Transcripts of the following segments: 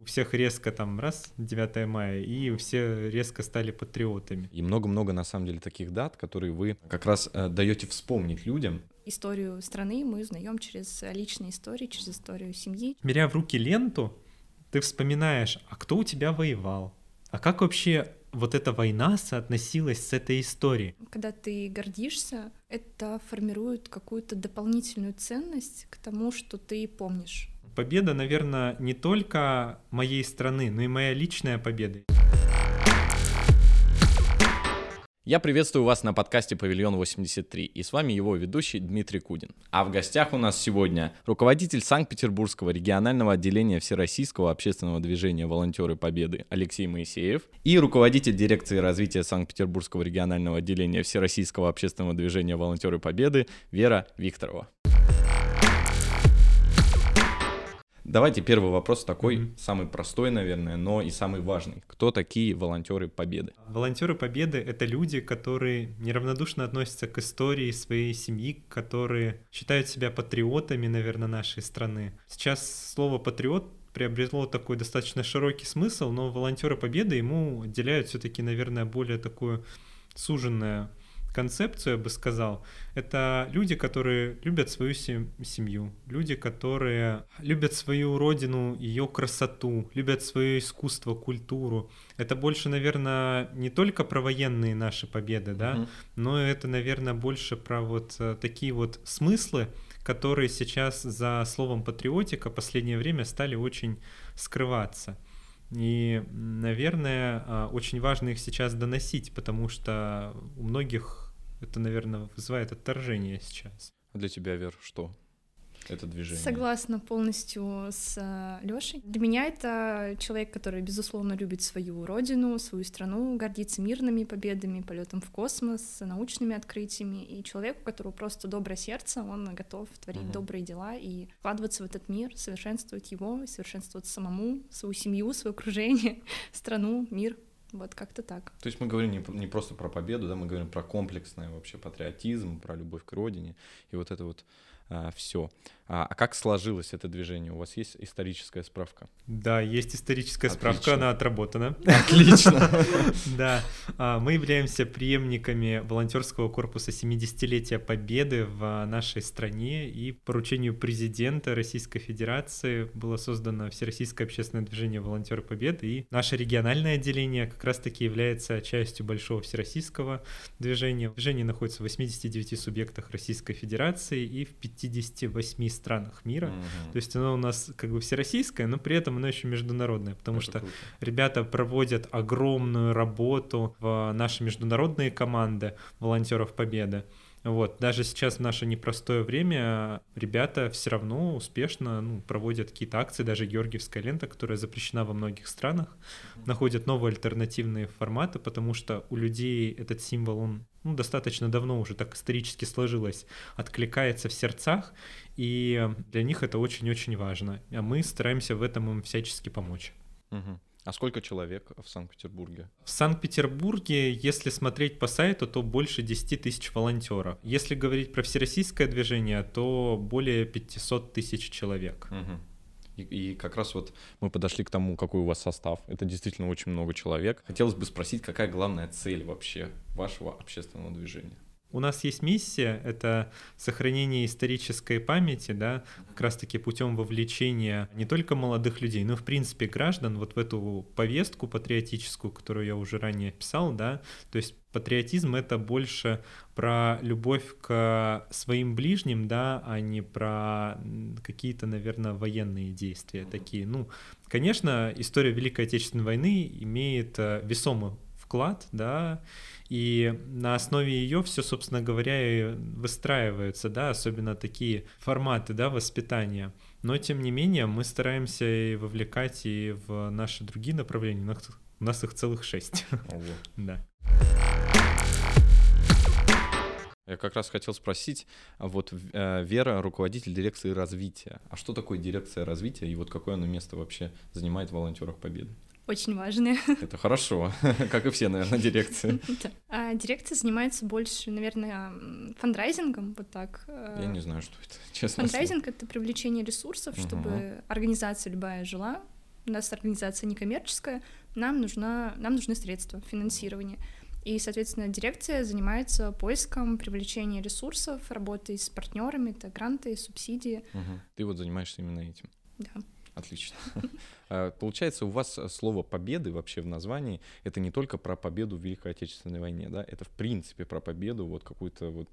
У всех резко там раз 9 мая, и все резко стали патриотами. И много-много на самом деле таких дат, которые вы как раз даете вспомнить людям. Историю страны мы узнаем через личные истории, через историю семьи. Беря в руки ленту, ты вспоминаешь, а кто у тебя воевал? А как вообще вот эта война соотносилась с этой историей? Когда ты гордишься, это формирует какую-то дополнительную ценность к тому, что ты помнишь. Победа, наверное, не только моей страны, но и моя личная победа. Я приветствую вас на подкасте «Павильон 83», и с вами его ведущий Дмитрий Кудин. А в гостях у нас сегодня руководитель Санкт-Петербургского регионального отделения Всероссийского общественного движения «Волонтеры Победы» Алексей Моисеев и руководитель дирекции развития Санкт-Петербургского регионального отделения Всероссийского общественного движения «Волонтеры Победы» Вера Викторова. Давайте первый вопрос такой, самый простой, наверное, но и самый важный. Кто такие волонтеры Победы? Волонтеры Победы — это люди, которые неравнодушно относятся к истории своей семьи, которые считают себя патриотами, наверное, нашей страны. Сейчас слово «патриот» приобрело такой достаточно широкий смысл, но волонтеры Победы ему уделяют все-таки, наверное, более такую суженную концепцию, я бы сказал. Это люди, которые любят свою семью, люди, которые любят свою родину, ее красоту, любят свое искусство, культуру. Это больше, наверное, не только про военные наши победы, да, но это, наверное, больше про вот такие вот смыслы, которые сейчас за словом патриотика в последнее время стали очень скрываться. И, наверное, очень важно их сейчас доносить, потому что у многих это, наверное, вызывает отторжение сейчас. Для тебя, Вер, что это движение? Согласна полностью с Лёшей. Для меня это человек, который, безусловно, любит свою родину, свою страну, гордится мирными победами, полетом в космос, научными открытиями. И человек, у которого просто доброе сердце, он готов творить добрые дела и вкладываться в этот мир, совершенствовать его, совершенствовать самому, свою семью, свое окружение, страну, мир. Вот как-то так. То есть мы говорим не просто про победу, да, мы говорим про комплексный вообще патриотизм, про любовь к родине и вот это вот все. А как сложилось это движение? У вас есть историческая справка? Да, есть историческая справка, она отработана. Отлично. Да, мы являемся преемниками волонтерского корпуса 70-летия Победы в нашей стране, и по поручению президента Российской Федерации было создано Всероссийское общественное движение «Волонтеры Победы», и наше региональное отделение как раз-таки является частью большого всероссийского движения. Движение находится в 89 субъектах Российской Федерации и в 58 странах мира. То есть оно у нас как бы всероссийское, но при этом оно еще международное, потому что круто. Ребята проводят огромную работу в наши международные команды волонтеров Победы. Вот. Даже сейчас в наше непростое время ребята все равно успешно проводят какие-то акции, даже Георгиевская лента, которая запрещена во многих странах, находят новые альтернативные форматы, потому что у людей этот символ, он достаточно давно уже так исторически сложилось, откликается в сердцах, и для них это очень-очень важно. А мы стараемся в этом им всячески помочь. А сколько человек в Санкт-Петербурге? В Санкт-Петербурге, если смотреть по сайту, то больше 10 тысяч волонтеров. Если говорить про всероссийское движение, то более 500 тысяч человек. И как раз вот мы подошли к тому, какой у вас состав. Это действительно очень много человек. Хотелось бы спросить, какая главная цель вообще вашего общественного движения? У нас есть миссия, это сохранение исторической памяти, да, как раз-таки путем вовлечения не только молодых людей, но, в принципе, граждан вот в эту повестку патриотическую, которую я уже ранее писал, да, то есть патриотизм — это больше про любовь к своим ближним, да, а не про какие-то, наверное, военные действия такие. Конечно, история Великой Отечественной войны имеет весомый вклад, да, и на основе ее все, собственно говоря, и выстраивается, да, особенно такие форматы, да, воспитания. Но, тем не менее, мы стараемся и вовлекать и в наши другие направления. У нас их целых 6. Да. Я как раз хотел спросить, вот Вера, руководитель дирекции развития. А что такое дирекция развития и вот какое оно место вообще занимает в «Волонтерах Победы»? Очень важные. Это хорошо, как и все, наверное, дирекции. Дирекция занимается больше, наверное, фандрайзингом, вот так. Я не знаю, что это, честно. Фандрайзинг — это привлечение ресурсов, чтобы организация любая жила, у нас организация некоммерческая, нам нужны средства, финансирование. И, соответственно, дирекция занимается поиском привлечения ресурсов, работой с партнерами, это гранты, субсидии. Ты вот занимаешься именно этим? Да. Отлично. Получается, у вас слово «победы» вообще в названии — это не только про победу в Великой Отечественной войне, да? Это в принципе про победу вот какую-то вот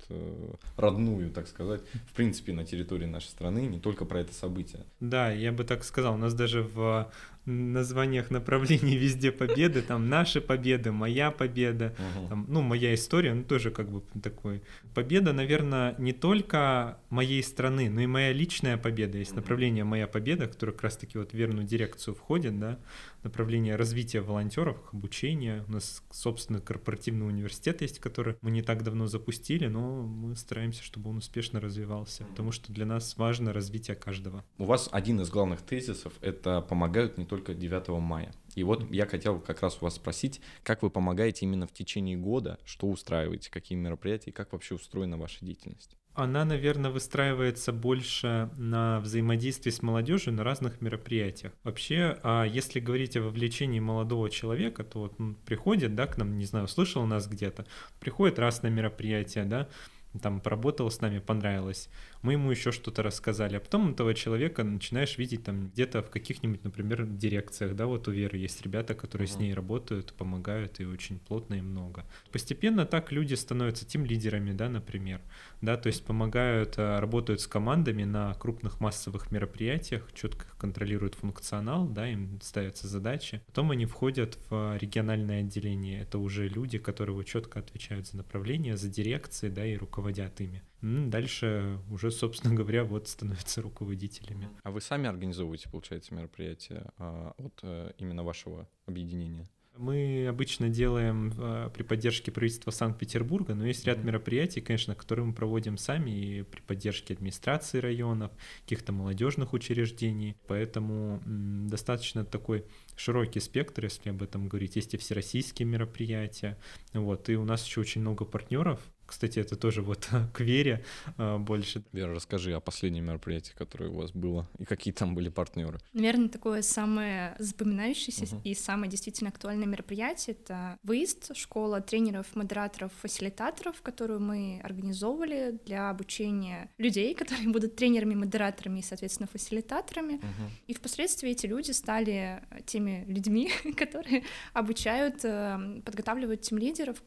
родную, так сказать, в принципе на территории нашей страны, не только про это событие. Да, я бы так сказал, у нас даже в названиях направлений везде победы, там «Наши победы», «Моя победа», там, ну, «Моя история», ну, тоже как бы такой. Победа, наверное, не только моей страны, но и моя личная победа. Есть направление «Моя победа», которое как раз-таки вот в верную дирекцию входит, да, направление развития волонтеров, обучения. У нас собственный корпоративный университет есть, который мы не так давно запустили, но мы стараемся, чтобы он успешно развивался, потому что для нас важно развитие каждого. У вас один из главных тезисов — это помогают не только 9 мая. И вот я хотел как раз у вас спросить, как вы помогаете именно в течение года, что устраиваете, какие мероприятия, и как вообще устроена ваша деятельность? Она, наверное, выстраивается больше на взаимодействии с молодежью на разных мероприятиях. Вообще, если говорить о вовлечении молодого человека, то вот он приходит, да, к нам, не знаю, услышал нас где-то, приходит раз на мероприятие, да, там поработал с нами, понравилось, мы ему еще что-то рассказали, а потом этого человека начинаешь видеть там где-то в каких-нибудь, например, дирекциях, да, вот у Веры есть ребята, которые с ней работают, помогают, и очень плотно и много. Постепенно так люди становятся тим-лидерами, да, например, да, то есть помогают, работают с командами на крупных массовых мероприятиях, четко контролируют функционал, да, им ставятся задачи, потом они входят в региональное отделение, это уже люди, которые четко отвечают за направление, за дирекции, да, и руководят ими. Дальше уже, собственно говоря, вот становятся руководителями. А вы сами организовываете, получается, мероприятия от именно вашего объединения? Мы обычно делаем при поддержке правительства Санкт-Петербурга, но есть ряд мероприятий, конечно, которые мы проводим сами и при поддержке администрации районов, каких-то молодежных учреждений, поэтому достаточно такой широкий спектр, если об этом говорить. Есть и всероссийские мероприятия, вот, и у нас еще очень много партнеров. Кстати, это тоже вот к Вере больше. Вера, расскажи о последнем мероприятии, которое у вас было, и какие там были партнеры. Наверное, такое самое запоминающееся и самое действительно актуальное мероприятие — это выезд, школа тренеров, модераторов, фасилитаторов, которую мы организовывали для обучения людей, которые будут тренерами, модераторами и, соответственно, фасилитаторами. И впоследствии эти люди стали теми людьми, которые обучают, подготавливают тимлидеров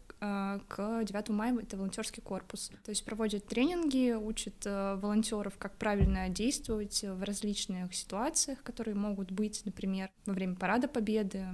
к 9 мая, это волонтерский корпус. То есть проводят тренинги, учат волонтеров, как правильно действовать в различных ситуациях, которые могут быть, например, во время Парада Победы,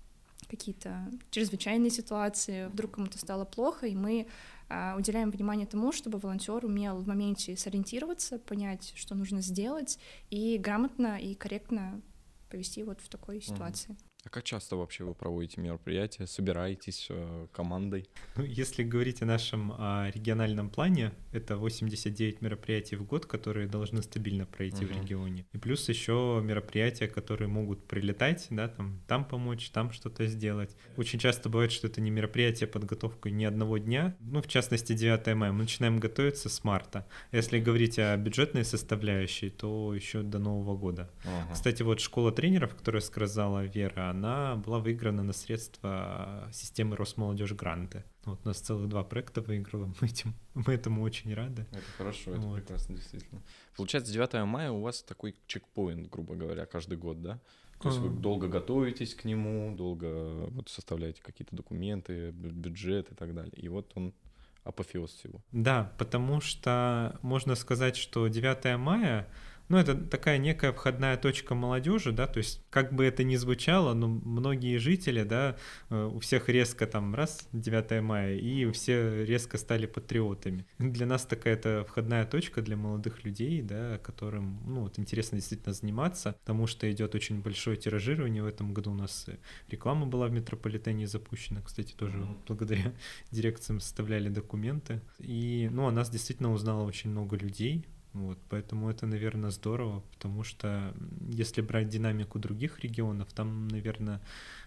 какие-то чрезвычайные ситуации, вдруг кому-то стало плохо, и мы уделяем внимание тому, чтобы волонтер умел в моменте сориентироваться, понять, что нужно сделать, и грамотно и корректно повести вот в такой ситуации. А как часто вообще вы проводите мероприятия, собираетесь командой? Ну, если говорить о нашем региональном плане, это 89 мероприятий в год, которые должны стабильно пройти в регионе. И плюс еще мероприятия, которые могут прилетать, да, там помочь, там что-то сделать. Очень часто бывает, что это не мероприятие, подготовка ни одного дня. Ну, в частности, 9 мая. Мы начинаем готовиться с марта. Если говорить о бюджетной составляющей, то еще до Нового года. Кстати, вот школа тренеров, которую сказала Вера, она была выиграна на средства системы Росмолодежь гранты. Вот у нас целых 2 проекта выиграла, мы этому очень рады. Это хорошо, это прекрасно, действительно. Получается, 9 мая у вас такой чекпоинт, грубо говоря, каждый год, да? То есть вы долго готовитесь к нему, долго вот составляете какие-то документы, бюджет и так далее. И вот он апофеоз всего. Да, потому что можно сказать, что 9 мая, ну, это такая некая входная точка молодежи, да, то есть как бы это ни звучало, но многие жители, да, у всех резко там раз 9 мая, и все резко стали патриотами. Для нас такая-то входная точка для молодых людей, да, которым, ну, вот интересно действительно заниматься, потому что идет очень большое тиражирование. В этом году у нас реклама была в метрополитене запущена, кстати, тоже благодаря дирекциям составляли документы. И, ну, о нас действительно узнало очень много людей. Вот, поэтому это, наверное, здорово, потому что если брать динамику других регионов, там, наверное,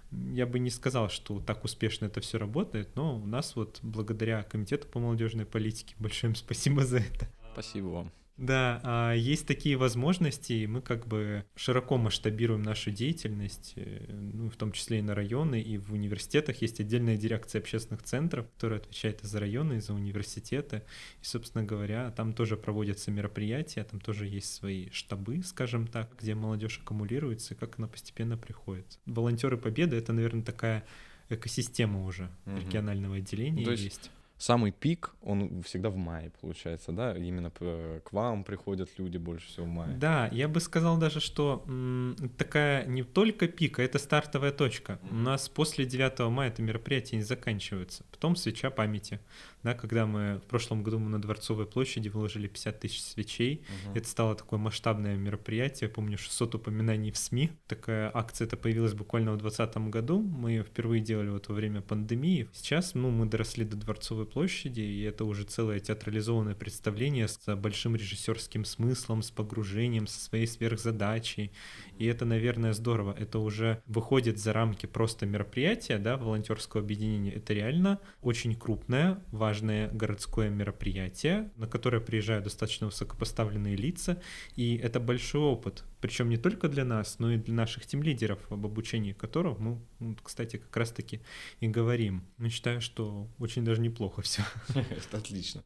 я бы не сказал, что так успешно это все работает, но у нас вот благодаря Комитету по молодежной политике большое им спасибо за это. Спасибо вам. Да, есть такие возможности, и мы как бы широко масштабируем нашу деятельность, ну, в том числе и на районы, и в университетах есть отдельная дирекция общественных центров, которая отвечает и за районы, и за университеты. И, собственно говоря, там тоже проводятся мероприятия, там тоже есть свои штабы, скажем так, где молодежь аккумулируется, и как она постепенно приходит. Волонтеры Победы — это, наверное, такая экосистема уже регионального отделения. То есть самый пик, он всегда в мае, получается, да? Именно к вам приходят люди больше всего в мае. Да, я бы сказал даже, что такая не только пик, а это стартовая точка. У нас после 9 мая это мероприятие не заканчивается. Потом свеча памяти. Да, когда мы в прошлом году мы на Дворцовой площади выложили 50 тысяч свечей, это стало такое масштабное мероприятие. Я помню, 600 упоминаний в СМИ. Такая акция-то появилась буквально в 2020 году. Мы ее впервые делали вот во время пандемии. Сейчас мы доросли до Дворцовой площади, и это уже целое театрализованное представление с большим режиссерским смыслом, с погружением, со своей сверхзадачей. И это, наверное, здорово. Это уже выходит за рамки просто мероприятия, да, волонтерского объединения. Это реально очень крупное, важное городское мероприятие, на которое приезжают достаточно высокопоставленные лица, и это большой опыт. Причем не только для нас, но и для наших тимлидеров, об обучении которых мы, кстати, как раз-таки и говорим. Я считаю, что очень даже неплохо все. Это отлично.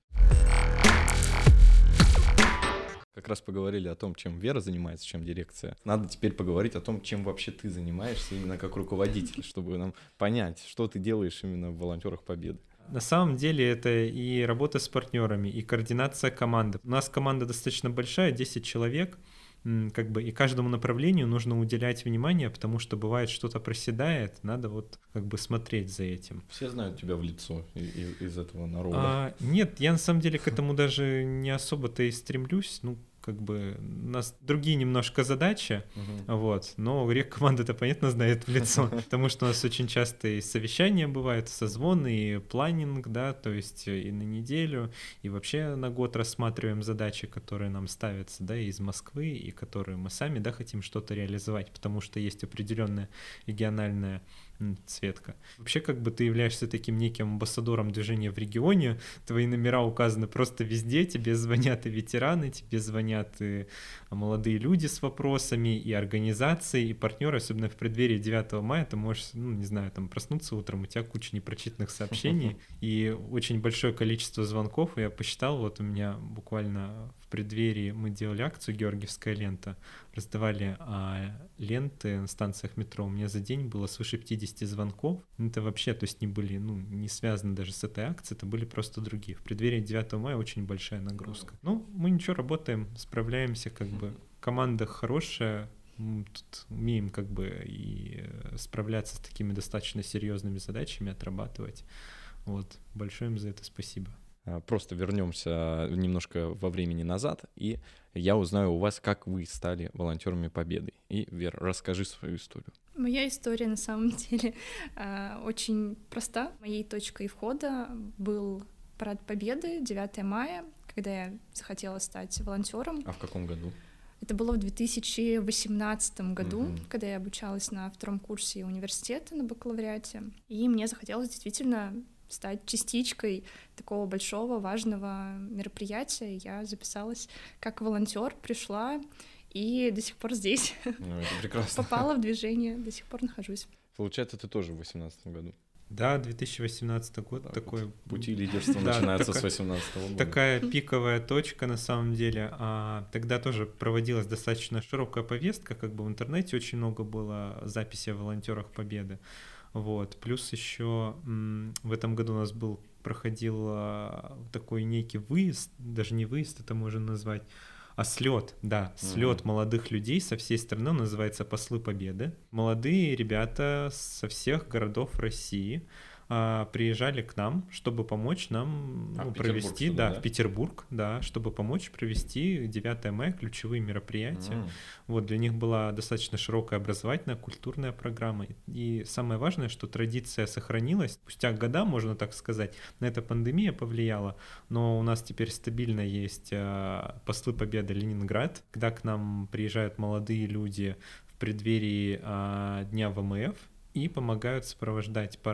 Как раз поговорили о том, чем Вера занимается, чем дирекция. Надо теперь поговорить о том, чем вообще ты занимаешься именно как руководитель, чтобы нам понять, что ты делаешь именно в «Волонтерах Победы». На самом деле это и работа с партнерами, и координация команды. У нас команда достаточно большая, 10 человек, как бы, и каждому направлению нужно уделять внимание, потому что бывает что-то проседает, надо вот как бы смотреть за этим. Все знают тебя в лицо из этого народа. Нет, я на самом деле к этому даже не особо-то и стремлюсь, как бы у нас другие немножко задачи, вот, но команда-то, понятно, знает в лицо, потому что у нас очень часто и совещания бывают, созвоны, и планинг, да, то есть и на неделю, и вообще на год рассматриваем задачи, которые нам ставятся, да, из Москвы, и которые мы сами, да, хотим что-то реализовать, потому что есть определенная региональная Светка. Вообще, как бы ты являешься таким неким амбассадором движения в регионе, твои номера указаны просто везде, тебе звонят и ветераны, тебе звонят и молодые люди с вопросами, и организации, и партнеры, особенно в преддверии 9 мая, ты можешь, не знаю, там проснуться утром, у тебя куча непрочитанных сообщений, и очень большое количество звонков, я посчитал, вот у меня буквально в преддверии мы делали акцию «Георгиевская лента», раздавали ленты на станциях метро, у меня за день было свыше 50 звонков, это вообще, то есть не были, не связаны даже с этой акцией, это были просто другие. В преддверии 9 мая очень большая нагрузка. Мы ничего, работаем, справляемся, как бы, команда хорошая, мы тут умеем как бы и справляться с такими достаточно серьезными задачами, отрабатывать. Вот, большое им за это спасибо. Просто вернемся немножко во времени назад, и я узнаю у вас, как вы стали волонтерами Победы. И, Вера, расскажи свою историю. Моя история на самом деле очень проста. Моей точкой входа был парад Победы 9 мая, когда я захотела стать волонтером. А в каком году? Это было в 2018 году, когда я обучалась на 2-м курсе университета на бакалавриате. И мне захотелось действительно стать частичкой такого большого, важного мероприятия. Я записалась как волонтер, пришла и до сих пор здесь. Это прекрасно. Попала в движение, до сих пор нахожусь. Получается, ты тоже в 2018 году? Да, 2018 год такой... Вот. Пути лидерства начинаются с 2018 года. Такая пиковая точка на самом деле. Тогда тоже проводилась достаточно широкая повестка, как бы в интернете очень много было записей о волонтерах Победы. Вот. Плюс еще в этом году у нас проходил такой некий выезд, даже не выезд, это можно назвать, слет, да, слет молодых людей со всей страны, он называется «Послы Победы». Молодые ребята со всех городов России приезжали к нам, чтобы помочь нам провести, в Петербург, да, чтобы помочь провести 9 мая ключевые мероприятия. Вот, для них была достаточно широкая образовательная, культурная программа. И самое важное, что традиция сохранилась. Спустя года, можно так сказать, на это пандемия повлияла, но у нас теперь стабильно есть послы Победы Ленинград, когда к нам приезжают молодые люди в преддверии Дня ВМФ и помогают сопровождать парад,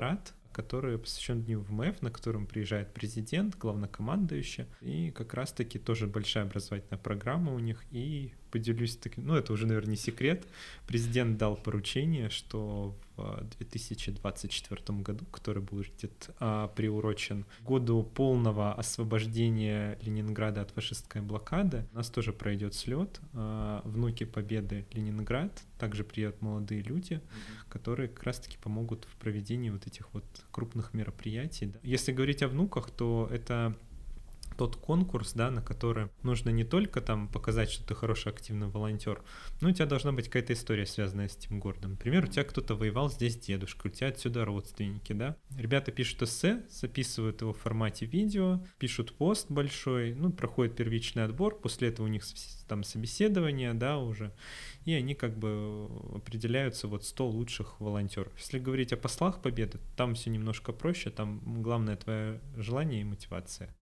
который посвящен Дню ВМФ, на котором приезжает президент, главнокомандующий, и как раз-таки тоже большая образовательная программа у них, и поделюсь таким, это уже, наверное, не секрет, президент дал поручение, что в 2024 году, который будет приурочен году полного освобождения Ленинграда от фашистской блокады, у нас тоже пройдет слет «Внуки Победы Ленинград», также приедут молодые люди, которые как раз-таки помогут в проведении вот этих вот крупных мероприятий. Если говорить о внуках, то это тот конкурс, да, на который нужно не только там показать, что ты хороший активный волонтер, но у тебя должна быть какая-то история, связанная с этим городом. Например, у тебя кто-то воевал здесь дедушка, у тебя отсюда родственники, да. Ребята пишут эссе, записывают его в формате видео, пишут пост большой, проходит первичный отбор, после этого у них там собеседование, да, уже, и они как бы определяются 100 лучших волонтеров. Если говорить о послах Победы, там все немножко проще, там главное твое желание и мотивация.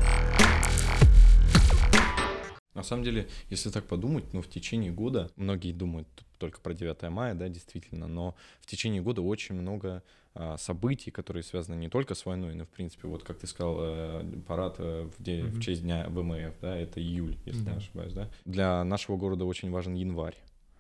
На самом деле, если так подумать, в течение года, многие думают только про 9 мая, да, действительно, но в течение года очень много событий, которые связаны не только с войной, но, в принципе, как ты сказал, парад в честь Дня ВМФ, да, это июль, если не ошибаюсь, да. Для нашего города очень важен январь.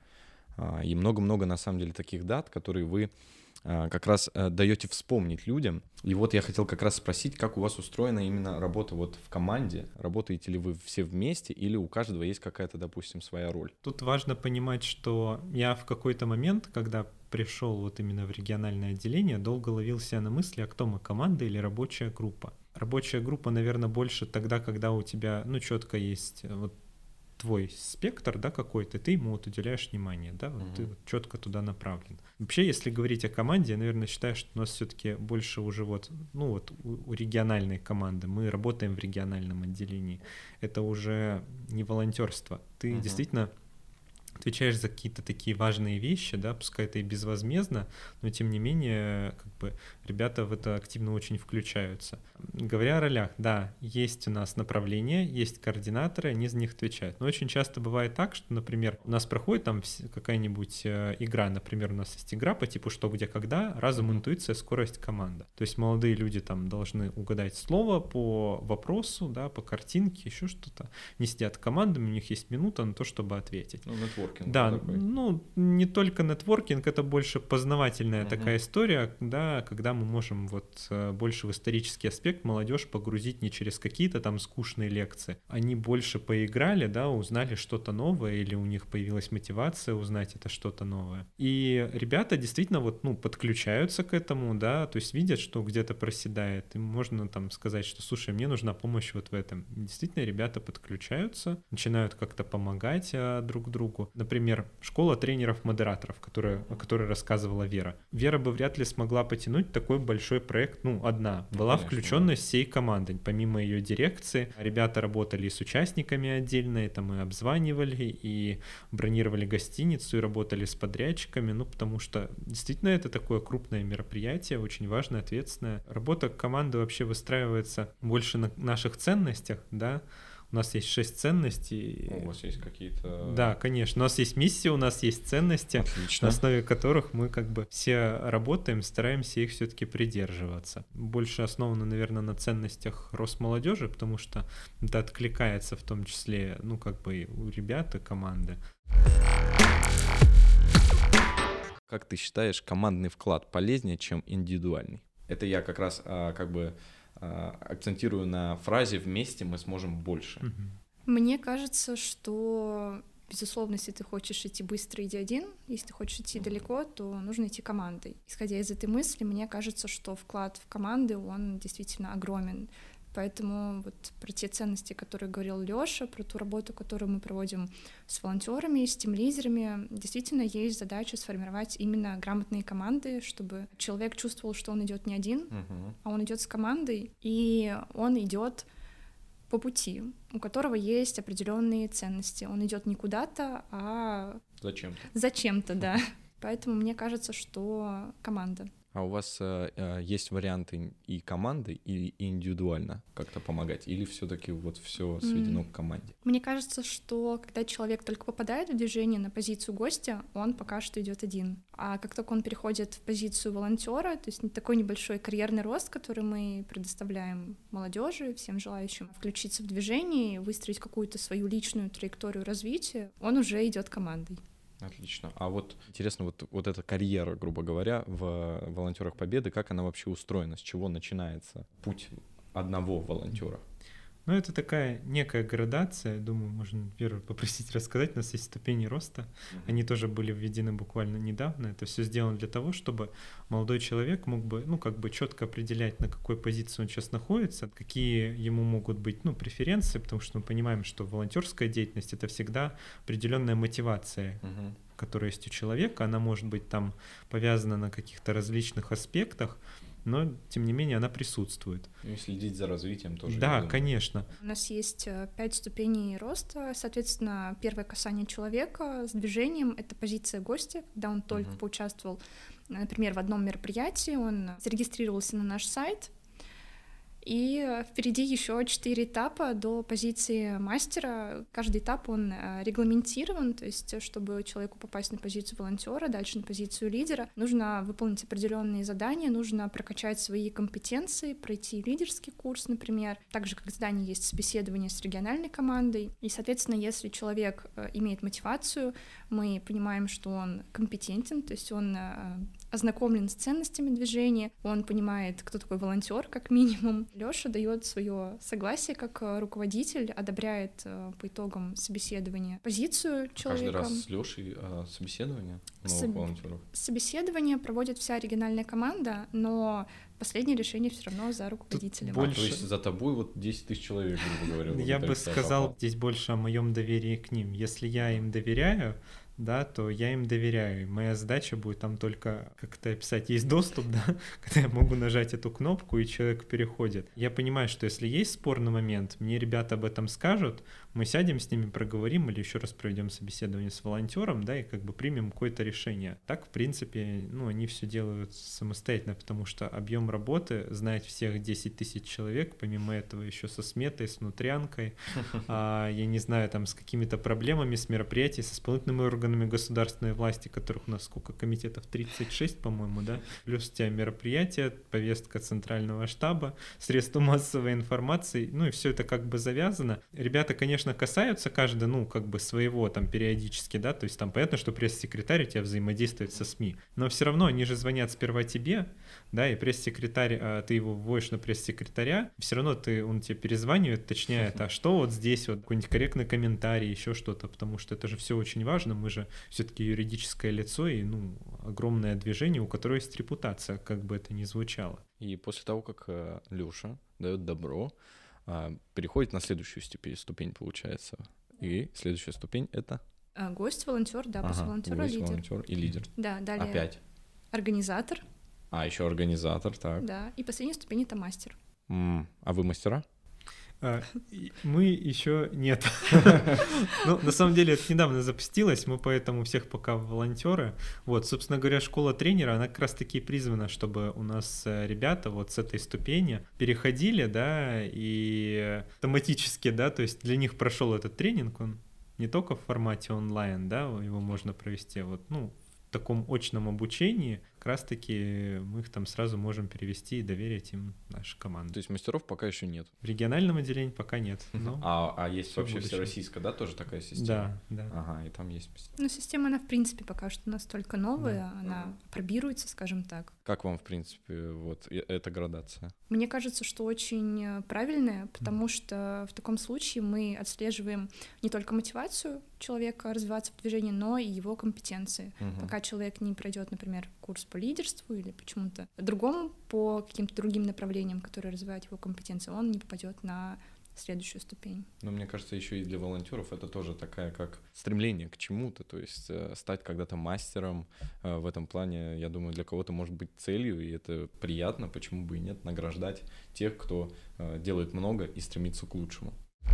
И много-много, на самом деле, таких дат, которые вы как раз даете вспомнить людям. И я хотел как раз спросить, как у вас устроена именно работа в команде? Работаете ли вы все вместе или у каждого есть какая-то, допустим, своя роль? Тут важно понимать, что я в какой-то момент, когда пришел именно в региональное отделение, долго ловил себя на мысли, а кто мы, команда или рабочая группа? Рабочая группа, наверное, больше тогда, когда у тебя, четко есть твой спектр, да, какой-то, ты ему уделяешь внимание, да, ты четко туда направлен. Вообще, если говорить о команде, я, наверное, считаю, что у нас все-таки больше уже у региональной команды, мы работаем в региональном отделении, это уже не волонтерство, ты действительно отвечаешь за какие-то такие важные вещи, да, пускай это и безвозмездно, но тем не менее, ребята в это активно очень включаются. Говоря о ролях, да, есть у нас направления, есть координаторы, они за них отвечают. Но очень часто бывает так, что, например, у нас проходит там какая-нибудь игра, например, у нас есть игра по типу «Что, где, когда», разум, интуиция, скорость, команда. То есть молодые люди там должны угадать слово по вопросу, да, по картинке, еще что-то. Они сидят командами, у них есть минута на то, чтобы ответить. Нетворкинг. Да, не только нетворкинг, это больше познавательная такая история, да, когда мы можем больше в исторический аспект молодежь погрузить не через какие-то там скучные лекции. Они больше поиграли, да, узнали что-то новое, или у них появилась мотивация узнать это что-то новое. И ребята действительно подключаются к этому, да, то есть видят, что где-то проседает, им можно там сказать, что слушай, мне нужна помощь в этом. И действительно, ребята подключаются, начинают как-то помогать друг другу. Например, школа тренеров-модераторов, о которой рассказывала Вера. Вера бы вряд ли смогла потянуть такой большой проект, одна. Была включенная всей командой, помимо ее дирекции. Ребята работали и с участниками отдельно, и там и обзванивали, и бронировали гостиницу, и работали с подрядчиками, потому что действительно это такое крупное мероприятие, очень важное, ответственное. Работа команды вообще выстраивается больше на наших ценностях, да. У нас есть 6 ценностей. У вас есть какие-то... Да, конечно. У нас есть миссия, у нас есть ценности, Отлично. на основе которых мы все работаем, стараемся их все-таки придерживаться. Больше основано, наверное, на ценностях Росмолодежи, потому что это откликается в том числе, и у ребят и команды. Как ты считаешь, командный вклад полезнее, чем индивидуальный? Это я как раз акцентирую на фразе «вместе мы сможем больше». Мне кажется, что, безусловно, если ты хочешь идти быстро, иди один. Если ты хочешь идти далеко, то нужно идти командой. Исходя из этой мысли, мне кажется, что вклад в команды, он действительно огромен. Поэтому про те ценности, которые говорил Лёша, про ту работу, которую мы проводим с волонтерами, с тимлидерами, действительно есть задача сформировать именно грамотные команды, чтобы человек чувствовал, что он идет не один, а он идет с командой, и он идет по пути, у которого есть определенные ценности. Он идет не куда-то, а зачем-то. Зачем-то, да. Поэтому мне кажется, что команда. А у вас есть варианты и команды, и индивидуально как-то помогать? Или все-таки вот все сведено к команде? Мне кажется, что когда человек только попадает в движение на позицию гостя, он пока что идет один. А как только он переходит в позицию волонтера, то есть такой небольшой карьерный рост, который мы предоставляем молодежи, всем желающим включиться в движение, выстроить какую-то свою личную траекторию развития, он уже идет командой. Отлично. А вот интересно, вот эта карьера, грубо говоря, в волонтерах Победы, как она вообще устроена, с чего начинается путь одного волонтера? Ну, это такая некая градация, думаю, можно первую попросить рассказать. У нас есть ступени роста, они тоже были введены буквально недавно. Это все сделано для того, чтобы молодой человек мог бы, четко определять, на какой позиции он сейчас находится, какие ему могут быть, преференции, потому что мы понимаем, что волонтерская деятельность — это всегда определенная мотивация, которая есть у человека, она может быть там повязана на каких-то различных аспектах, но, тем не менее, она присутствует. И следить за развитием тоже. Да, конечно. У нас есть 5 ступеней роста. Соответственно, первое касание человека с движением — это позиция гостя, когда он только поучаствовал, например, в одном мероприятии, он зарегистрировался на наш сайт, и впереди еще 4 этапа до позиции мастера. Каждый этап, он регламентирован, то есть, чтобы человеку попасть на позицию волонтера, дальше на позицию лидера, нужно выполнить определенные задания, нужно прокачать свои компетенции, пройти лидерский курс, например. Также как задание есть собеседование с региональной командой. И, соответственно, если человек имеет мотивацию, мы понимаем, что он компетентен, то есть он ознакомлен с ценностями движения, он понимает, кто такой волонтер, как минимум. Лёша дает свое согласие как руководитель, одобряет по итогам собеседования позицию человека. Каждый раз с Лёшей собеседование новых волонтеров? Собеседование проводит вся региональная команда, но последнее решение все равно за руководителем. То есть за тобой вот 10 тысяч человек, грубо говоря. Я бы сказал здесь больше о моем доверии к ним. Если я им доверяю, да, то я им доверяю. Моя задача будет там только, как это описать, есть доступ, да, когда я могу нажать эту кнопку, и человек переходит. Я понимаю, что если есть спорный момент, мне ребята об этом скажут, мы сядем с ними, проговорим или еще раз проведем собеседование с волонтером, да, и примем какое-то решение. Так, в принципе, они все делают самостоятельно, потому что объем работы, знать всех 10 тысяч человек, помимо этого еще со сметой, с внутрянкой, я не знаю, там, с какими-то проблемами, с мероприятиями, с исполнительными органами государственной власти, которых у нас сколько, комитетов 36, по-моему, да, плюс у тебя мероприятия, повестка центрального штаба, средства массовой информации, и все это завязано. Ребята, конечно, касаются каждый, своего там периодически, да, то есть там понятно, что пресс-секретарь у тебя взаимодействует со СМИ, но все равно они же звонят сперва тебе, да, и пресс-секретарь, ты его вводишь на пресс-секретаря, все равно он тебе перезванивает, уточняет, а что вот здесь вот, какой-нибудь корректный комментарий, еще что-то, потому что это же все очень важно, мы же все-таки юридическое лицо и, огромное движение, у которого есть репутация, как бы это ни звучало. И после того, как Лёша дает добро, переходит на следующую ступень, получается. И следующая ступень — это? Гость, волонтер, да, после волонтера гость, лидер. волонтер и лидер. Да, далее. Опять. Организатор. Еще организатор, так. Да, и последняя ступень — это мастер. А вы мастера? Мы еще нет. На самом деле это недавно запустилось, мы поэтому всех пока волонтеры. Вот, собственно говоря, школа тренера, она как раз-таки призвана, чтобы у нас ребята вот с этой ступени переходили, да, и автоматически, да, то есть для них прошел этот тренинг, он не только в формате онлайн, да, его можно провести, в таком очном обучении, как раз-таки мы их там сразу можем перевести и доверить им нашу команду. То есть мастеров пока еще нет? В региональном отделении пока нет. А есть вообще всероссийская, да, тоже такая система? Да. Ага, и там есть. Система, она, в принципе, пока что настолько новая, она пробируется, скажем так. Как вам, в принципе, вот эта градация? Мне кажется, что очень правильная, потому что в таком случае мы отслеживаем не только мотивацию человека развиваться в движении, но и его компетенции. Пока человек не пройдет, например, курс по лидерству или почему-то другому, по каким-то другим направлениям, которые развивают его компетенции, он не попадет на следующую ступень. Но мне кажется, еще и для волонтеров это тоже такая как стремление к чему-то, то есть стать когда-то мастером в этом плане, я думаю, для кого-то может быть целью, и это приятно, почему бы и нет, награждать тех, кто делает много и стремится к лучшему.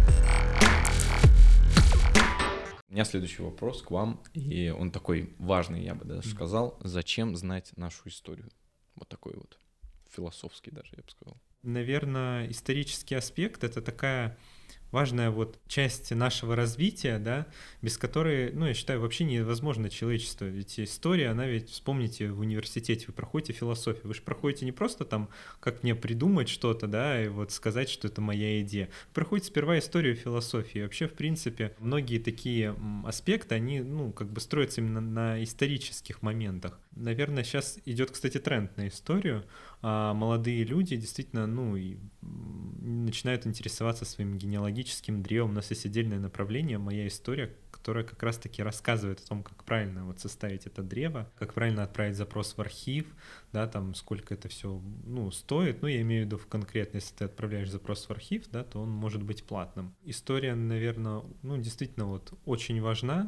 У меня следующий вопрос к вам, и он такой важный, я бы даже сказал. Зачем знать нашу историю? Вот такой вот философский даже, я бы сказал. Наверное, исторический аспект — это такая важная вот часть нашего развития, да, без которой, ну, я считаю, вообще невозможно человечество. Ведь история, она ведь, вспомните, в университете вы проходите философию, вы же проходите не просто там, как мне придумать что-то, да, и вот сказать, что это моя идея. Вы проходите сперва историю философии. Вообще, в принципе, многие такие аспекты, они, ну, как бы строятся именно на исторических моментах. Наверное, сейчас идет, кстати, тренд на историю, а молодые люди действительно, ну, и начинают интересоваться своим генеалогическим древом. У нас есть отдельное направление «Моя история», которая как раз-таки рассказывает о том, как правильно вот составить это древо, как правильно отправить запрос в архив, да, там, сколько это все, ну, стоит. Ну, я имею в виду конкретно, если ты отправляешь запрос в архив, да, то он может быть платным. История, наверное, ну, действительно вот очень важна,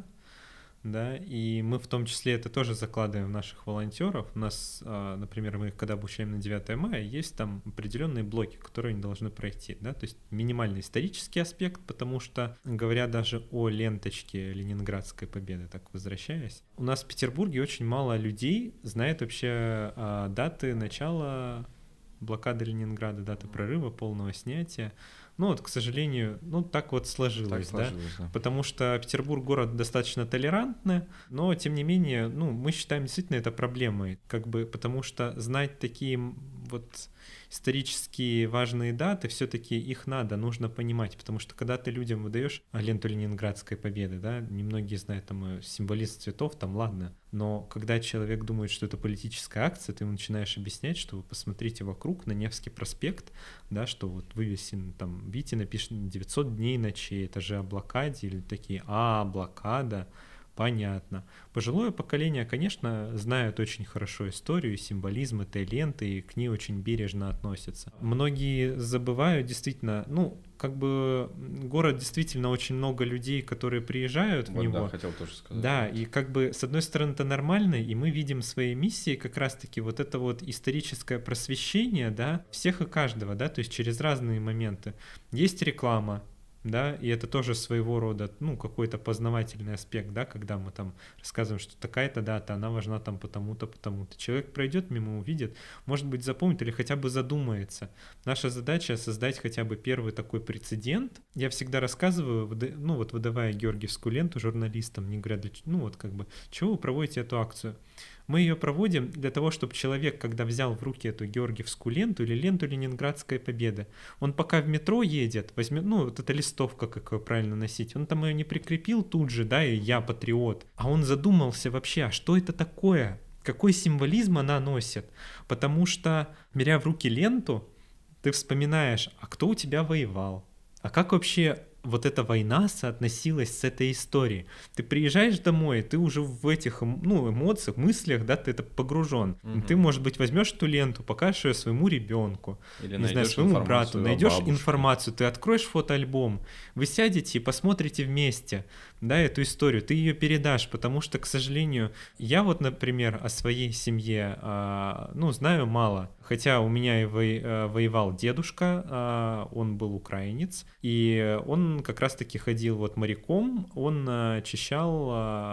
да, и мы в том числе это тоже закладываем в наших волонтеров. У нас, например, мы когда обучаем на 9 мая, есть там определенные блоки, которые они должны пройти, да, то есть минимальный исторический аспект, потому что, говоря даже о ленточке Ленинградской победы, так возвращаясь, у нас в Петербурге очень мало людей знает вообще даты начала блокады Ленинграда, даты прорыва, полного снятия. Ну вот, к сожалению, ну так вот сложилось, да? Потому что Петербург город достаточно толерантный, но тем не менее, ну, мы считаем действительно это проблемой, как бы, потому что знать такие вот исторически важные даты, все-таки их нужно понимать, потому что когда ты людям выдаешь ленту Ленинградской победы, да, немногие знают там символизм цветов, там ладно, но когда человек думает, что это политическая акция, ты ему начинаешь объяснять, что вы посмотрите вокруг на Невский проспект, да, что вот вывесен там, видите, напишет 900 дней ночей, это же о блокаде, или такие, блокада. Понятно. Пожилое поколение, конечно, знают очень хорошо историю, символизм этой ленты, и к ней очень бережно относятся. Многие забывают, действительно, ну, как бы город действительно очень много людей, которые приезжают в него. Да, хотел тоже сказать. Да, и как бы с одной стороны это нормально, и мы видим своей миссией как раз-таки вот это вот историческое просвещение, да, всех и каждого, да, то есть через разные моменты. Есть реклама, да, и это тоже своего рода, ну, какой-то познавательный аспект, да, когда мы там рассказываем, что такая-то дата, она важна там потому-то, потому-то. Человек пройдет мимо, увидит, может быть, запомнит или хотя бы задумается. Наша задача — создать хотя бы первый такой прецедент. Я всегда рассказываю, ну, вот выдавая георгиевскую ленту журналистам, мне говорят, ну, вот как бы, чего вы проводите эту акцию? Мы ее проводим для того, чтобы человек, когда взял в руки эту георгиевскую ленту или ленту Ленинградской победы, он пока в метро едет, возьмет, ну, вот эта листовка, как ее правильно носить, он там ее не прикрепил тут же, да, и я патриот, а он задумался вообще, а что это такое? Какой символизм она носит? Потому что, беря в руки ленту, ты вспоминаешь, а кто у тебя воевал? А как вообще вот эта война соотносилась с этой историей? Ты приезжаешь домой, ты уже в этих, ну, эмоциях, мыслях, да, ты это погружен. Ты, может быть, возьмешь эту ленту, покажешь ее своему ребенку, или не знаю, своему брату, найдешь информацию, ты откроешь фотоальбом, вы сядете и посмотрите вместе, да, эту историю, ты ее передашь, потому что, к сожалению, я вот, например, о своей семье, ну, знаю мало, хотя у меня и воевал дедушка, он был украинец, и он как раз-таки ходил вот моряком, он очищал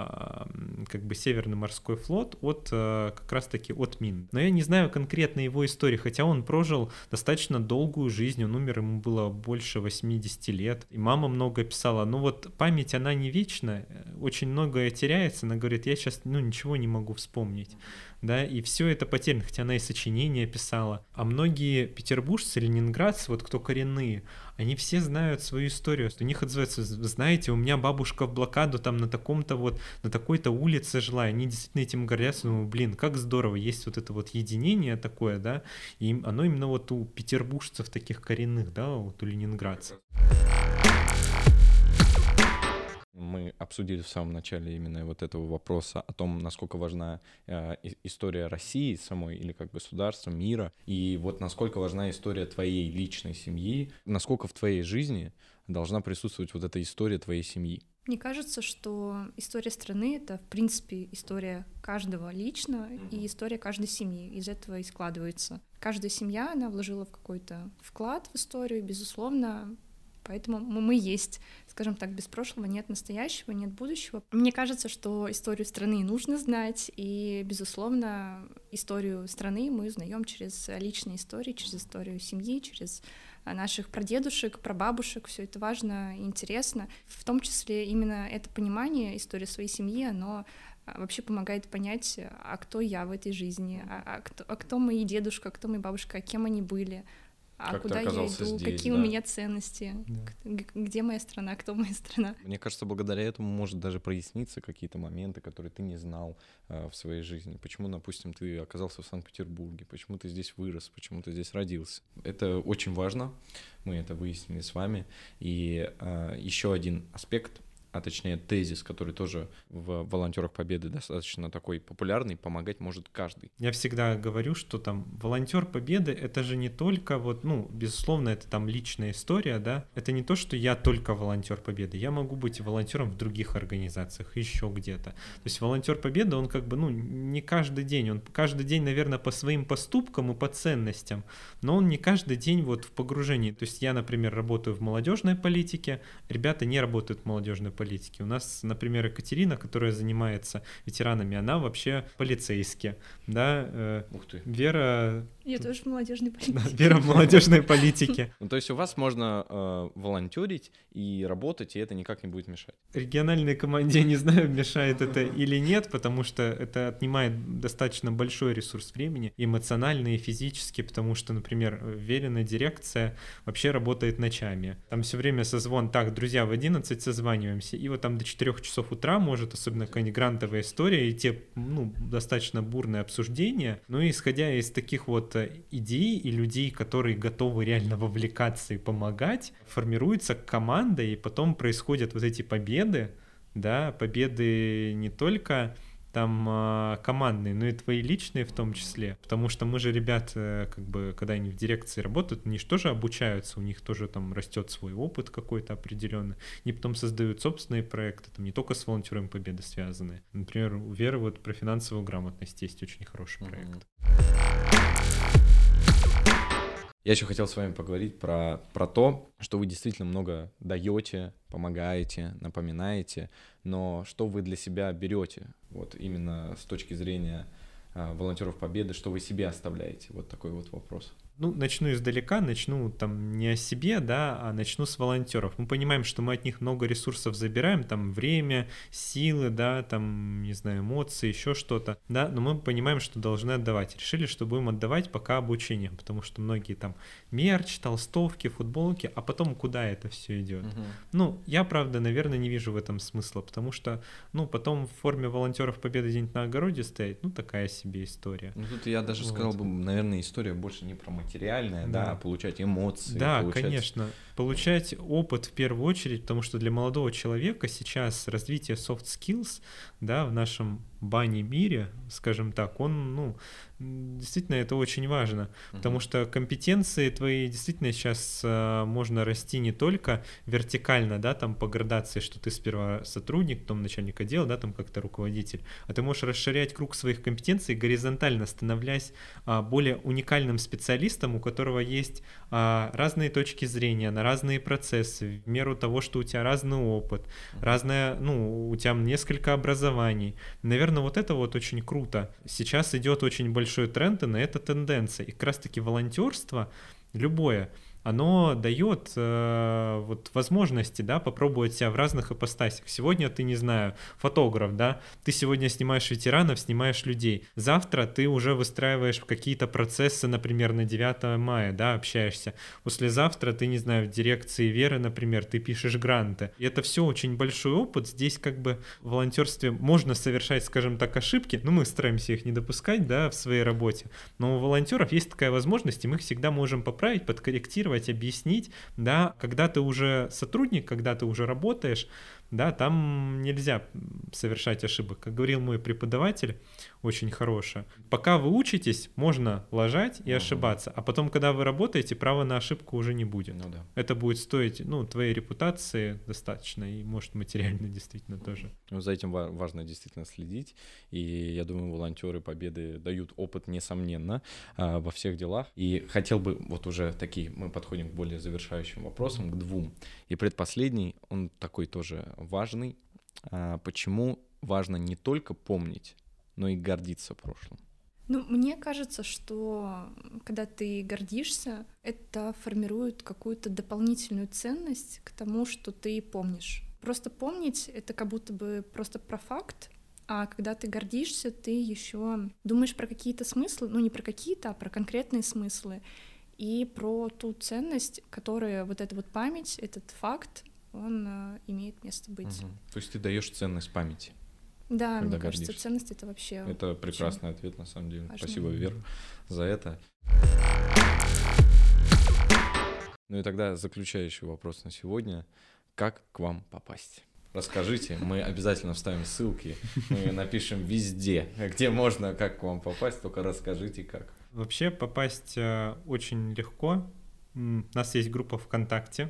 как бы Северный морской флот от как раз-таки от мин. Но я не знаю конкретно его истории, хотя он прожил достаточно долгую жизнь, он умер, ему было больше 80 лет, и мама много писала, ну вот память, она не вечна, очень многое теряется, она говорит, я сейчас, ну, ничего не могу вспомнить, да, и все это потеряно, хотя она и сочинения писала, а многие петербуржцы, ленинградцы, вот кто коренные, они все знают свою историю. У них отзывается, знаете, у меня бабушка в блокаду там на таком-то вот, на такой-то улице жила. Они действительно этим гордятся. Ну, блин, как здорово, есть вот это вот единение такое, да, и оно именно вот у петербуржцев таких коренных, да, вот у ленинградцев. Мы обсудили в самом начале именно вот этого вопроса о том, насколько важна история России самой или как государства, мира, и вот насколько важна история твоей личной семьи, насколько в твоей жизни должна присутствовать вот эта история твоей семьи. Мне кажется, что история страны — это, в принципе, история каждого лично и история каждой семьи. Из этого и складывается. Каждая семья, она вложила в какой-то вклад в историю, безусловно, Поэтому мы есть, скажем так, без прошлого нет настоящего, нет будущего. Мне кажется, что историю страны нужно знать, и, безусловно, историю страны мы узнаем через личные истории, через историю семьи, через наших прадедушек, прабабушек. Все это важно и интересно. В том числе именно это понимание истории своей семьи, оно вообще помогает понять, а кто я в этой жизни, кто мои дедушка, кто моя бабушка, кем они были, как куда я иду, здесь, какие у меня ценности, где моя страна, кто моя страна. Мне кажется, благодаря этому может даже проясниться какие-то моменты, которые ты не знал в своей жизни. Почему, допустим, ты оказался в Санкт-Петербурге, почему ты здесь вырос, почему ты здесь родился. Это очень важно, мы это выяснили с вами. И еще один аспект, а точнее тезис, который тоже в «Волонтерах Победы» достаточно такой популярный, помогать может каждый. Я всегда говорю, что там волонтер Победы — это же не только вот, безусловно, это там личная история, да, это не то, что я только волонтер Победы, я могу быть волонтером в других организациях, еще где-то. То есть волонтер Победы, он как бы, не каждый день, он каждый день, наверное, по своим поступкам и по ценностям, но он не каждый день вот в погружении. То есть я, например, работаю в молодежной политике, ребята не работают в молодежной политике. У нас, например, Екатерина, которая занимается ветеранами, она вообще полицейский, да. Ух ты. Вера... Я тоже в молодежной политике. Да, Вера в молодежной политике. То есть у вас можно волонтерить и работать, и это никак не будет мешать? Региональной команде, не знаю, мешает это или нет, потому что это отнимает достаточно большой ресурс времени, эмоциональный и физически, потому что, например, Верина дирекция вообще работает ночами. Там все время созвон, так, друзья, в 11 созваниваемся, и вот там до 4 часов утра может, особенно какая-нибудь грантовая история, и те, достаточно бурные обсуждения. Но исходя из таких вот идей и людей, которые готовы реально вовлекаться и помогать, формируется команда, и потом происходят вот эти победы, да, победы не только там командные, но и твои личные в том числе, потому что мы же ребят, как бы, когда они в дирекции работают, они же тоже обучаются, у них тоже там растет свой опыт какой-то определенный, они потом создают собственные проекты, там не только с волонтерами Победы связанные. Например, у Веры вот про финансовую грамотность есть очень хороший проект. Я еще хотел с вами поговорить про то, что вы действительно много даете, помогаете, напоминаете, но что вы для себя берете, вот именно с точки зрения волонтеров Победы, что вы себе оставляете? Вот такой вот вопрос. Начну издалека, начну там не о себе, да, а начну с волонтеров. Мы понимаем, что мы от них много ресурсов забираем, там время, силы, да, там, не знаю, эмоции, еще что-то, да, но мы понимаем, что должны отдавать. Решили, что будем отдавать пока обучением, потому что многие там мерч, толстовки, футболки, а потом куда это все идет? Я, правда, наверное, не вижу в этом смысла, потому что, потом в форме волонтеров Победы где-нибудь на огороде стоять, такая себе история. Тут я даже сказал бы, наверное, история больше не про материальное, да, получать эмоции. Да, конечно. Получать опыт в первую очередь, потому что для молодого человека сейчас развитие soft skills, да, в нашем бане-мире, скажем так, он, действительно, это очень важно, потому что компетенции твои действительно сейчас можно расти не только вертикально, да, там по градации, что ты сперва сотрудник, потом начальник отдела, да, там как-то руководитель, а ты можешь расширять круг своих компетенций горизонтально, становляясь более уникальным специалистом, у которого есть разные точки зрения на разные процессы, в меру того, что у тебя разный опыт, разное, у тебя несколько образований. Наверное, вот это вот очень круто. Сейчас идет очень большой тренд, и на это тенденция. И как раз-таки волонтерство, любое, оно дает возможности, да, попробовать себя в разных ипостасях. Сегодня ты, не знаю, фотограф, да, ты сегодня снимаешь ветеранов, снимаешь людей. Завтра ты уже выстраиваешь какие-то процессы, например, на 9 мая, да, общаешься. Послезавтра ты, не знаю, в дирекции Веры, например, ты пишешь гранты. И это все очень большой опыт. Здесь как бы в волонтерстве можно совершать, скажем так, ошибки, но мы стараемся их не допускать, да, в своей работе. Но у волонтеров есть такая возможность, и мы их всегда можем поправить, подкорректировать, объяснить, да, когда ты уже сотрудник, когда ты уже работаешь, да, там нельзя совершать ошибок. Как говорил мой преподаватель, очень хороший, пока вы учитесь, можно лажать и ошибаться, а потом, когда вы работаете, права на ошибку уже не будет. Ну да. Это будет стоить, твоей репутации достаточно, и, может, материально действительно тоже. За этим важно действительно следить, и я думаю, волонтеры Победы дают опыт, несомненно, во всех делах. И хотел бы, вот уже такие, мы подходим к более завершающим вопросам, к двум. И предпоследний, он такой тоже важный. Почему важно не только помнить, но и гордиться прошлым? Мне кажется, что когда ты гордишься, это формирует какую-то дополнительную ценность к тому, что ты помнишь. Просто помнить — это как будто бы просто про факт, а когда ты гордишься, ты еще думаешь про какие-то смыслы, не про какие-то, а про конкретные смыслы, и про ту ценность, которую вот эта вот память, этот факт, он имеет место быть. То есть ты даешь ценность памяти? Да, когда мне кажется, гордишься. ценность — это вообще... Это прекрасный ответ, на самом деле. важно. Спасибо, Вер, за это. Ну и тогда заключающий вопрос на сегодня. Как к вам попасть? Расскажите, мы обязательно вставим ссылки, мы напишем везде, где можно, как к вам попасть, только расскажите, как. Вообще попасть очень легко. У нас есть группа ВКонтакте.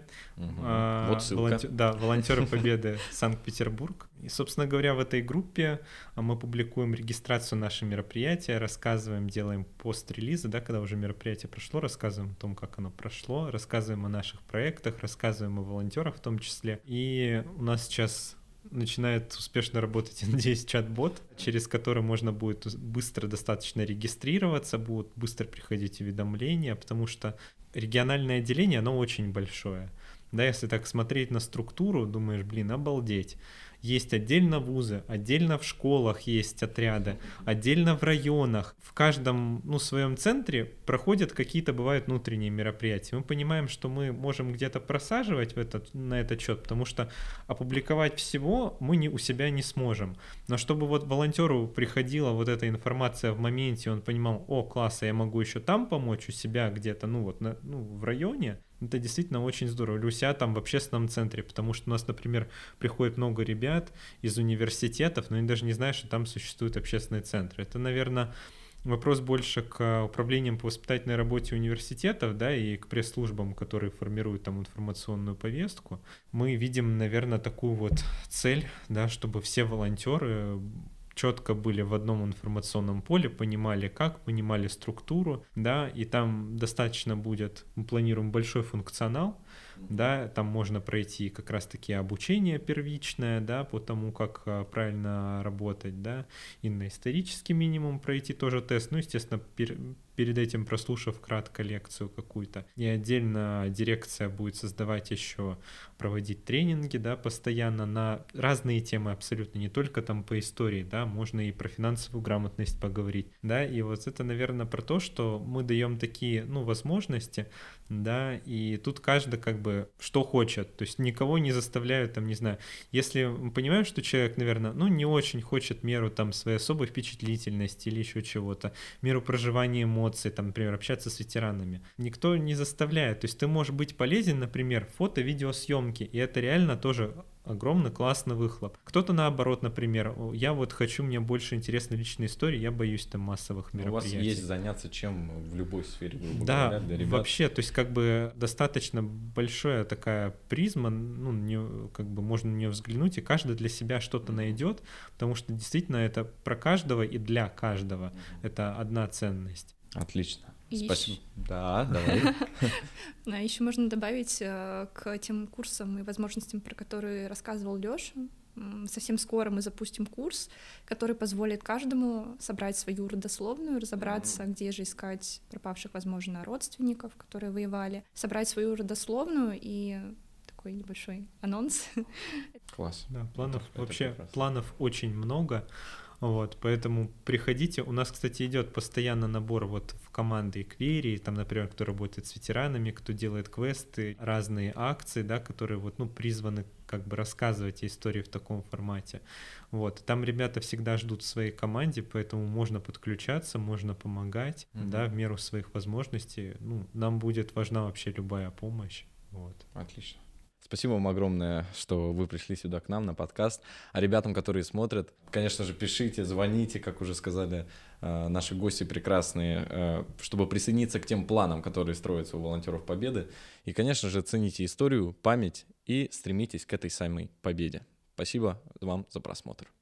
Вот ссылка. Волонтеры Победы Санкт-Петербург. И, собственно говоря, в этой группе мы публикуем регистрацию наших мероприятия, рассказываем, делаем пост-релизы, когда уже мероприятие прошло, рассказываем о том, как оно прошло, рассказываем о наших проектах, рассказываем о волонтерах в том числе. И у нас сейчас начинает успешно работать, я надеюсь, чат-бот, через который можно будет быстро достаточно регистрироваться, будут быстро приходить уведомления, потому что региональное отделение, оно очень большое. Да, если так смотреть на структуру, думаешь, обалдеть. Есть отдельно вузы, отдельно в школах есть отряды, отдельно в районах. В каждом своем центре проходят какие-то, бывают, внутренние мероприятия. Мы понимаем, что мы можем где-то просаживать на этот счет, потому что опубликовать всего мы у себя не сможем. Но чтобы волонтеру приходила эта информация в моменте, он понимал, класс, я могу еще там помочь у себя где-то, в районе, это действительно очень здорово. Или у себя там в общественном центре, потому что у нас, например, приходит много ребят из университетов, но они даже не знают, что там существуют общественные центры. Это, наверное, вопрос больше к управлениям по воспитательной работе университетов, и к пресс-службам, которые формируют там информационную повестку. Мы видим, наверное, такую цель, чтобы все волонтеры четко были в одном информационном поле, понимали как, понимали структуру, и там достаточно будет, мы планируем большой функционал, там можно пройти как раз-таки обучение первичное, по тому, как правильно работать, и на исторический минимум пройти тоже тест, естественно, перед этим прослушав кратко лекцию какую-то. И отдельно дирекция будет создавать еще, проводить тренинги, постоянно на разные темы абсолютно, не только там по истории, можно и про финансовую грамотность поговорить, и это, наверное, про то, что мы даем такие, возможности, и тут каждый что хочет, то есть никого не заставляют, не знаю, если мы понимаем, что человек, наверное, не очень хочет меру своей особой впечатлительности или еще чего-то, меру проживания эмоций, например, общаться с ветеранами. Никто не заставляет. То есть ты можешь быть полезен, например, фото-видеосъемки, и это реально тоже огромный классный выхлоп. Кто-то наоборот, например, я хочу, мне больше интересны личные истории, я боюсь массовых мероприятий. У вас есть заняться чем в любой сфере, грубо да, говоря, для ребят. Вообще, то есть достаточно большая такая призма, можно на нее взглянуть, и каждый для себя что-то найдет, потому что действительно это про каждого и для каждого. Это одна ценность. Отлично. И Спасибо. Да, давай. Еще можно добавить к тем курсам и возможностям, про которые рассказывал Лёша. Совсем скоро мы запустим курс, который позволит каждому собрать свою родословную, разобраться, где же искать пропавших, возможно, родственников, которые воевали, собрать свою родословную и такой небольшой анонс. Класс. Да, планов очень много. Поэтому приходите. У нас, кстати, идет постоянно набор в команды Экверии, например, кто работает с ветеранами, кто делает квесты, разные акции, которые призваны рассказывать истории в таком формате. Там ребята всегда ждут в своей команде, поэтому можно подключаться, можно помогать, в меру своих возможностей. Нам будет важна вообще любая помощь. Отлично. Спасибо вам огромное, что вы пришли сюда к нам на подкаст. А ребятам, которые смотрят, конечно же, пишите, звоните, как уже сказали наши гости прекрасные, чтобы присоединиться к тем планам, которые строятся у волонтеров Победы. И, конечно же, цените историю, память и стремитесь к этой самой победе. Спасибо вам за просмотр.